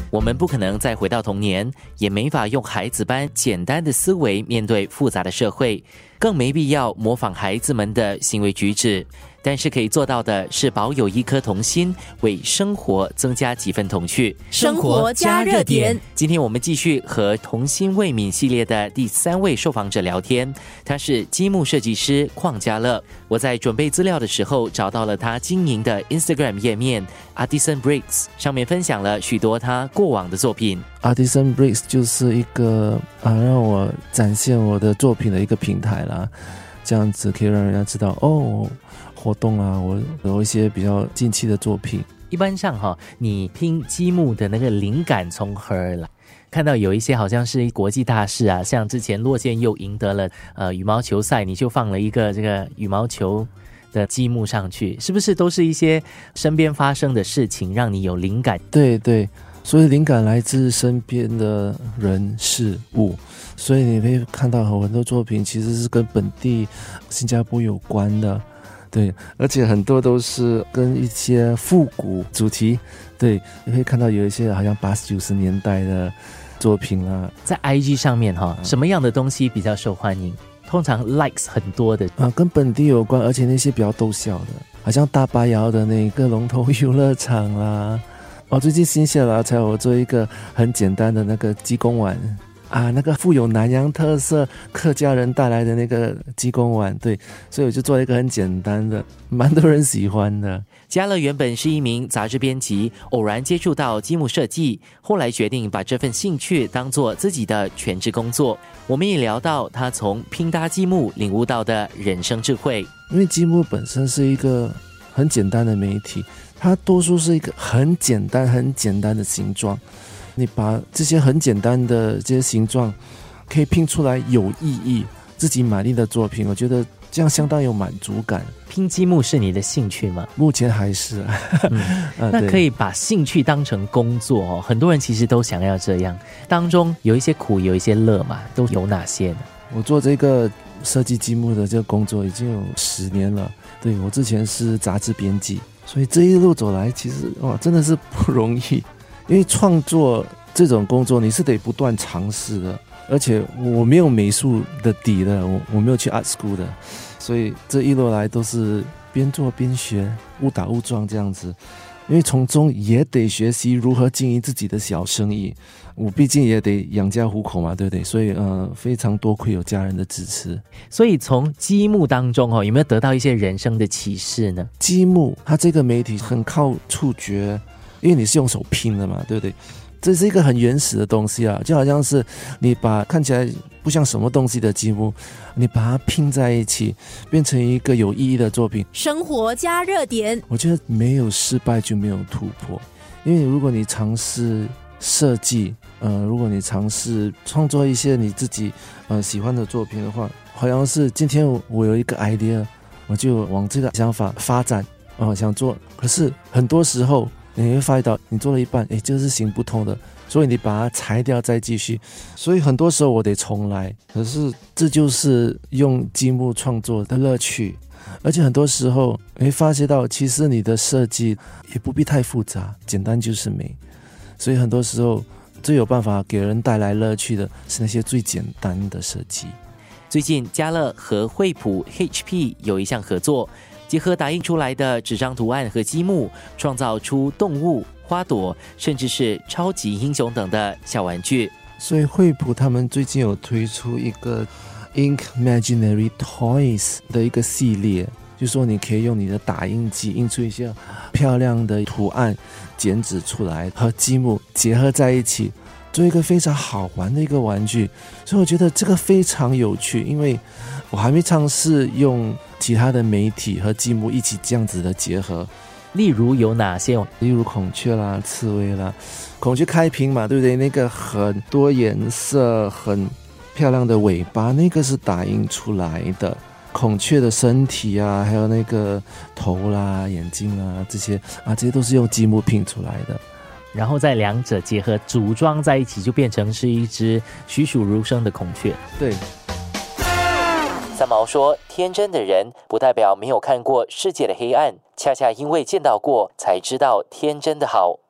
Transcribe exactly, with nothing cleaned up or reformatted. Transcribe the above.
我们不可能再回到童年，也没法用孩子般简单的思维面对复杂的社会，更没必要模仿孩子们的行为举止。但是可以做到的是保有一颗童心，为生活增加几分童趣。 生活加热点。 今天我们继续和童心未泯系列的第三位受访者聊天，他是积木设计师邝家乐。我在准备资料的时候找到了他经营的 Instagram 页面 Artisan Bricks， 上面分享了许多他过往的作品。 Artisan Bricks 就是一个啊，让我展现我的作品的一个平台啦，这样子可以让人家知道哦，活动啊，我有一些比较近期的作品。 一般上哈，你拼积木的那个灵感从何而来？看到有一些好像是国际大事啊，像之前骆建佑赢得了呃羽毛球赛，你就放了一个这个羽毛球的积木上去，是不是都是一些身边发生的事情让你有灵感？ 对对，所以灵感来自身边的人事物，所以你可以看到很多作品其实是跟本地新加坡有关的。对，而且很多都是跟一些复古主题，对，你可以看到有一些好像八十九十年代的作品啦。 在 I G 上面哈，什么样的东西比较受欢迎？通常 likes 很多的啊，跟本地有关，而且那些比较逗笑的，好像大巴窑的那个龙头游乐场啦。哦，最近心血来潮，我做一个很简单的那个鸡公碗。啊，那个富有南洋特色客家人带来的那个鸡公碗，对，所以我就做了一个很简单的，蛮多人喜欢的。 家乐原本是一名杂志编辑，偶然接触到积木设计，后来决定把这份兴趣当作自己的全职工作。我们也聊到他从拼搭积木领悟到的人生智慧。 因为积木本身是一个很简单的媒体，它多数是一个很简单很简单的形状，你把这些很简单的这些形状可以拼出来有意义自己满意的作品，我觉得这样相当有满足感。 拼积木是你的兴趣吗？ 目前还是、 嗯啊、那可以把兴趣当成工作哦。很多人其实都想要这样，当中有一些苦有一些乐嘛，都有哪些呢？ 我做这个设计积木的这个工作已经有十年了。对，我之前是杂志编辑，所以这一路走来其实哇真的是不容易，因为创作这种工作你是得不断尝试的，而且我没有美术的底的， 我, 我没有去 art school 的，所以这一路来都是边做边学，误打误撞这样子。因为从中也得学习如何经营自己的小生意，我毕竟也得养家糊口嘛，对不对？所以呃，非常多亏有家人的支持。 所以从积木当中哦，有没有得到一些人生的启示呢？ 积木它这个媒体很靠触觉，因为你是用手拼的嘛，对不对？这是一个很原始的东西啊，就好像是你把看起来不像什么东西的积木，你把它拼在一起，变成一个有意义的作品。 生活加热点， 我觉得没有失败就没有突破，因为如果你尝试设计，呃，如果你尝试创作一些你自己呃喜欢的作品的话，好像是今天我有一个 idea， 我就往这个想法发展，呃，想做，可是很多时候你会发现到你做了一半，诶，这是行不通的，所以你把它裁掉再继续，所以很多时候我得重来。可是这就是用积木创作的乐趣，而且很多时候你会发现到其实你的设计也不必太复杂，简单就是美。所以很多时候最有办法给人带来乐趣的是那些最简单的设计。 最近家乐和惠普 H P 有一项合作，结合打印出来的纸张图案和积木，创造出动物、花朵，甚至是超级英雄等的小玩具。 所以惠普他们最近有推出一个 Ink Imaginary Toys 的一个系列，就是说你可以用你的打印机印出一些漂亮的图案，剪纸出来和积木结合在一起，做一个非常好玩的一个玩具。所以我觉得这个非常有趣，因为我还没尝试用其他的媒体和积木一起这样子的结合。 例如有哪些？ 例如孔雀啦、刺猬啦。孔雀开屏嘛，对不对？那个很多颜色很漂亮的尾巴，那个是打印出来的。孔雀的身体啊，还有那个头啦、眼睛啦，这些啊，这些都是用积木拼出来的。 然后再两者结合组装在一起，就变成是一只栩栩如生的孔雀。 对。 三毛说，天真的人不代表没有看过世界的黑暗，恰恰因为见到过才知道天真的好。